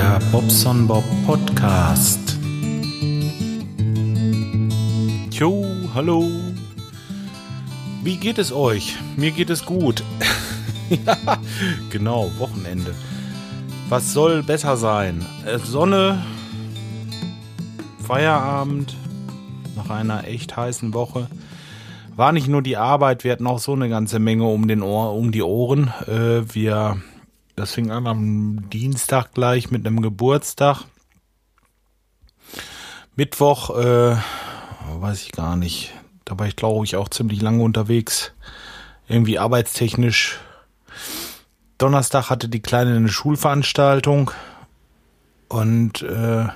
Der Bobson Bob Podcast. Jo, hallo. Wie geht es euch? Mir geht es gut. Ja, genau, Wochenende. Was soll besser sein? Sonne, Feierabend, nach einer echt heißen Woche. War nicht nur die Arbeit, wir hatten auch so eine ganze Menge um die Ohren. Das fing an am Dienstag gleich mit einem Geburtstag. Mittwoch, weiß ich gar nicht. Da war ich, glaube ich, auch ziemlich lange unterwegs. Irgendwie arbeitstechnisch. Donnerstag hatte die Kleine eine Schulveranstaltung. Und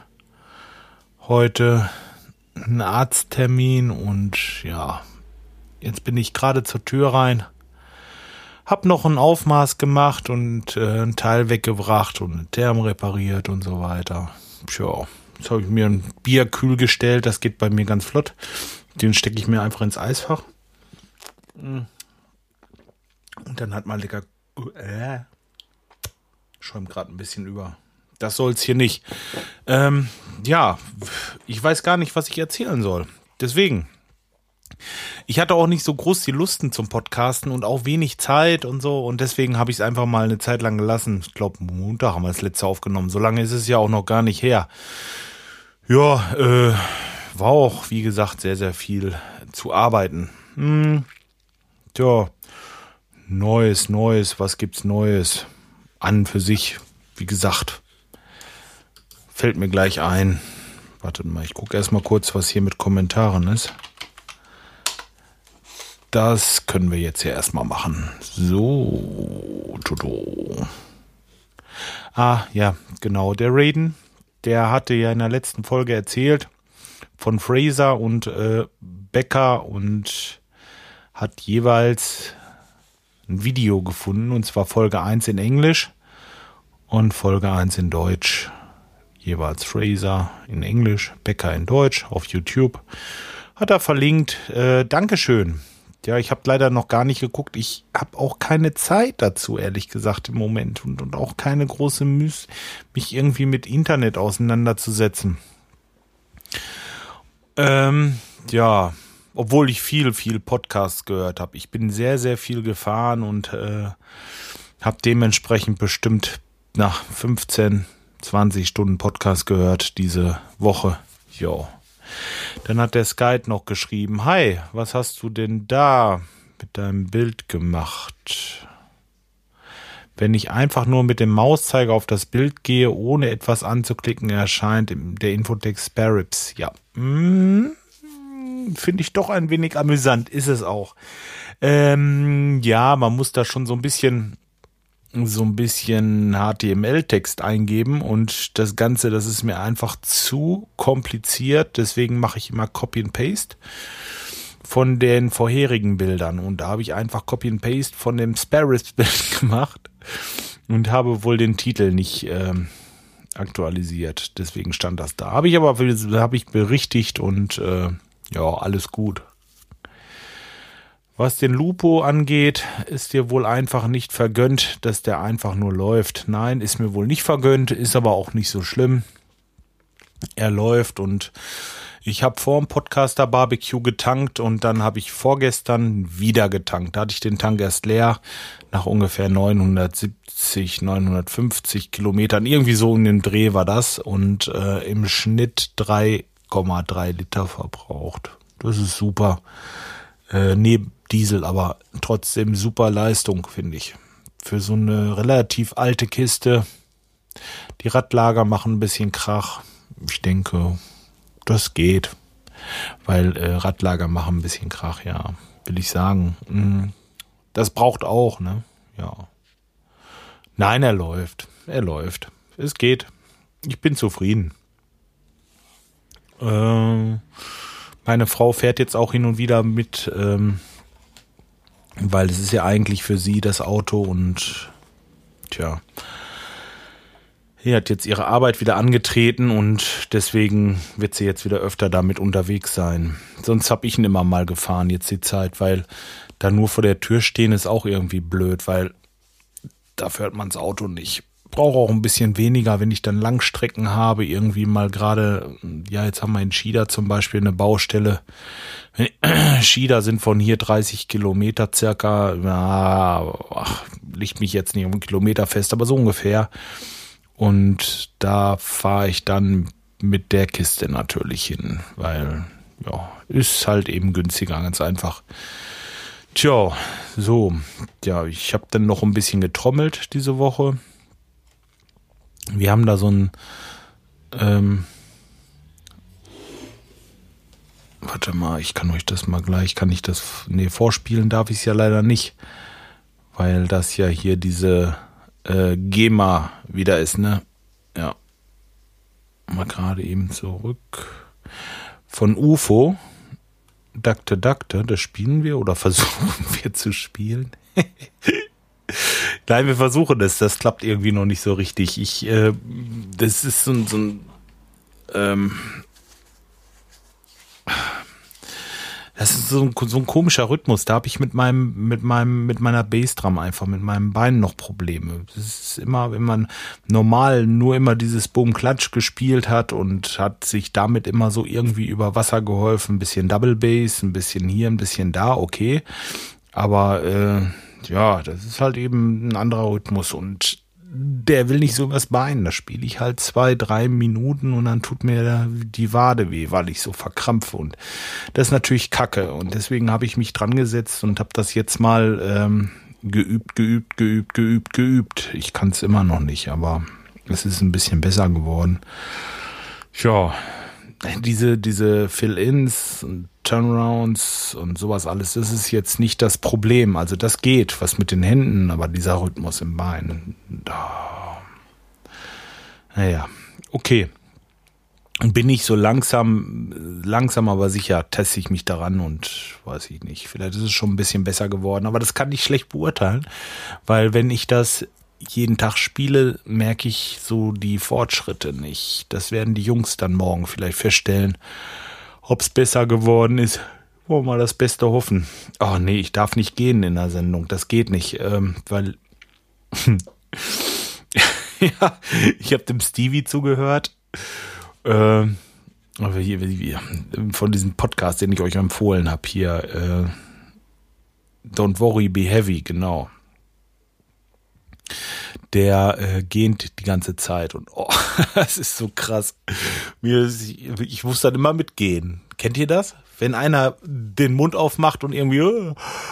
heute einen Arzttermin. Und ja, jetzt bin ich gerade zur Tür rein. Hab noch ein Aufmaß gemacht und ein Teil weggebracht und eine Therm repariert und so weiter. Tja, jetzt habe ich mir ein Bier kühl gestellt. Das geht bei mir ganz flott. Den stecke ich mir einfach ins Eisfach. Und dann hat mal lecker... schäumt gerade ein bisschen über. Das soll's hier nicht. Ja, ich weiß gar nicht, was ich erzählen soll. Deswegen... Ich hatte auch nicht so groß die Lusten zum Podcasten und auch wenig Zeit und so. Und deswegen habe ich es einfach mal eine Zeit lang gelassen. Ich glaube, Montag haben wir das letzte aufgenommen. So lange ist es ja auch noch gar nicht her. Ja, war auch, wie gesagt, sehr, sehr viel zu arbeiten. Tja, Neues, was gibt's Neues? An für sich, wie gesagt, fällt mir gleich ein. Wartet mal, ich gucke erstmal kurz, was hier mit Kommentaren ist. Das können wir jetzt ja erstmal machen. So. Ja, genau. Der Raiden, der hatte ja in der letzten Folge erzählt von Fraser und Becker und hat jeweils ein Video gefunden. Und zwar Folge 1 in Englisch und Folge 1 in Deutsch. Jeweils Fraser in Englisch, Becker in Deutsch auf YouTube. Hat er verlinkt. Dankeschön. Ja, ich habe leider noch gar nicht geguckt. Ich habe auch keine Zeit dazu, ehrlich gesagt, im Moment. Und auch keine große Mühe, mich irgendwie mit Internet auseinanderzusetzen. Ja, obwohl ich viel Podcasts gehört habe. Ich bin sehr, sehr viel gefahren und habe dementsprechend bestimmt nach 15, 20 Stunden Podcast gehört diese Woche. Jo. Dann hat der Skype noch geschrieben, hi, was hast du denn da mit deinem Bild gemacht? Wenn ich einfach nur mit dem Mauszeiger auf das Bild gehe, ohne etwas anzuklicken, erscheint der Infotext Sparrows. Ja, finde ich doch ein wenig amüsant, ist es auch. Ja, man muss da schon so ein bisschen HTML-Text eingeben und das Ganze, das ist mir einfach zu kompliziert, deswegen mache ich immer Copy and Paste von den vorherigen Bildern und da habe ich einfach Copy and Paste von dem Sparrows-Bild gemacht und habe wohl den Titel nicht aktualisiert, deswegen stand das da. Habe ich berichtigt und ja, alles gut. Was den Lupo angeht, ist dir wohl einfach nicht vergönnt, dass der einfach nur läuft. Nein, ist mir wohl nicht vergönnt, ist aber auch nicht so schlimm. Er läuft und ich habe vor dem Podcaster Barbecue getankt und dann habe ich vorgestern wieder getankt. Da hatte ich den Tank erst leer, nach ungefähr 970, 950 Kilometern. Irgendwie so in dem Dreh war das und im Schnitt 3,3 Liter verbraucht. Das ist super. Neben Diesel, aber trotzdem super Leistung, finde ich. Für so eine relativ alte Kiste. Die Radlager machen ein bisschen Krach. Ich denke, das geht. Weil Radlager machen ein bisschen Krach, ja. Will ich sagen. Das braucht auch, ne? Ja. Nein, er läuft. Es geht. Ich bin zufrieden. Meine Frau fährt jetzt auch hin und wieder mit, weil es ist ja eigentlich für sie das Auto und tja, sie hat jetzt ihre Arbeit wieder angetreten und deswegen wird sie jetzt wieder öfter damit unterwegs sein. Sonst habe ich ihn immer mal gefahren jetzt die Zeit, weil da nur vor der Tür stehen ist auch irgendwie blöd, weil dafür hat man das Auto nicht. brauche auch ein bisschen weniger, wenn ich dann Langstrecken habe, irgendwie mal gerade, ja, jetzt haben wir in Schieder zum Beispiel eine Baustelle. Schieder sind von hier 30 Kilometer circa, ja, liegt mich jetzt nicht um einen Kilometer fest, aber so ungefähr. Und da fahre ich dann mit der Kiste natürlich hin, weil, ja, ist halt eben günstiger, ganz einfach. Tja, so, ja, ich habe dann noch ein bisschen getrommelt diese Woche. Wir haben da so ein, warte mal, ich kann euch das mal gleich, vorspielen darf ich es ja leider nicht, weil das ja hier diese GEMA wieder ist, ne? Ja. Mal gerade eben zurück. Von UFO. Dakte, das spielen wir oder versuchen wir zu spielen? Nein, wir versuchen das. Das klappt irgendwie noch nicht so richtig. Das ist so ein das ist so ein komischer Rhythmus. Da habe ich mit meiner Bassdrum einfach, mit meinem Bein noch Probleme. Das ist immer, wenn man normal nur immer dieses Boom-Klatsch gespielt hat und hat sich damit immer so irgendwie über Wasser geholfen. Ein bisschen Double Bass, ein bisschen hier, ein bisschen da, okay. Aber ja, das ist halt eben ein anderer Rhythmus und der will nicht so übers Bein. Da spiele ich halt 2-3 Minuten und dann tut mir die Wade weh, weil ich so verkrampfe. Und das ist natürlich Kacke. Und deswegen habe ich mich dran gesetzt und habe das jetzt mal geübt. Ich kann es immer noch nicht, aber es ist ein bisschen besser geworden. Ja, diese Fill-Ins und Turnarounds und sowas alles, das ist jetzt nicht das Problem. Also das geht, was mit den Händen, aber dieser Rhythmus im Bein. Naja, okay. Bin ich so langsam aber sicher, teste ich mich daran und weiß ich nicht. Vielleicht ist es schon ein bisschen besser geworden, aber das kann ich schlecht beurteilen, weil wenn ich das jeden Tag spiele, merke ich so die Fortschritte nicht. Das werden die Jungs dann morgen vielleicht feststellen, ob es besser geworden ist. Wollen wir mal das Beste hoffen. Oh nee, ich darf nicht gehen in der Sendung. Das geht nicht, weil ja, ich habe dem Stevie zugehört. Von diesem Podcast, den ich euch empfohlen habe hier. Don't Worry, Be Heavy, genau. Der gähnt die ganze Zeit und oh, das ist so krass. Ich muss dann immer mitgehen. Kennt ihr das? Wenn einer den Mund aufmacht und irgendwie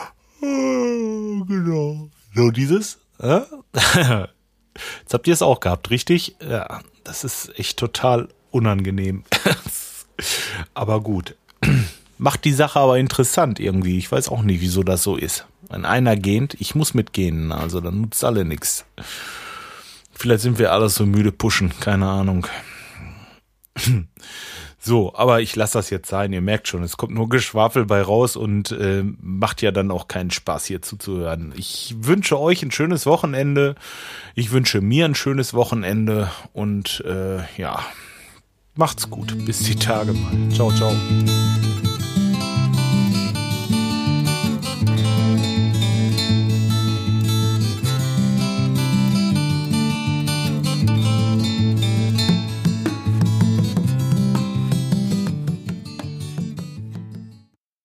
genau. So dieses. Jetzt habt ihr es auch gehabt, richtig? Ja, das ist echt total unangenehm. Aber gut. Macht die Sache aber interessant irgendwie. Ich weiß auch nicht, wieso das so ist. Wenn einer gähnt, ich muss mitgehen, also dann nutzt alle nichts. Vielleicht sind wir alle so müde pushen, keine Ahnung. So, aber ich lasse das jetzt sein, ihr merkt schon, es kommt nur Geschwafel bei raus und macht ja dann auch keinen Spaß hier zuzuhören. Ich wünsche euch ein schönes Wochenende, ich wünsche mir ein schönes Wochenende und ja, macht's gut, bis die Tage mal. Ciao, ciao.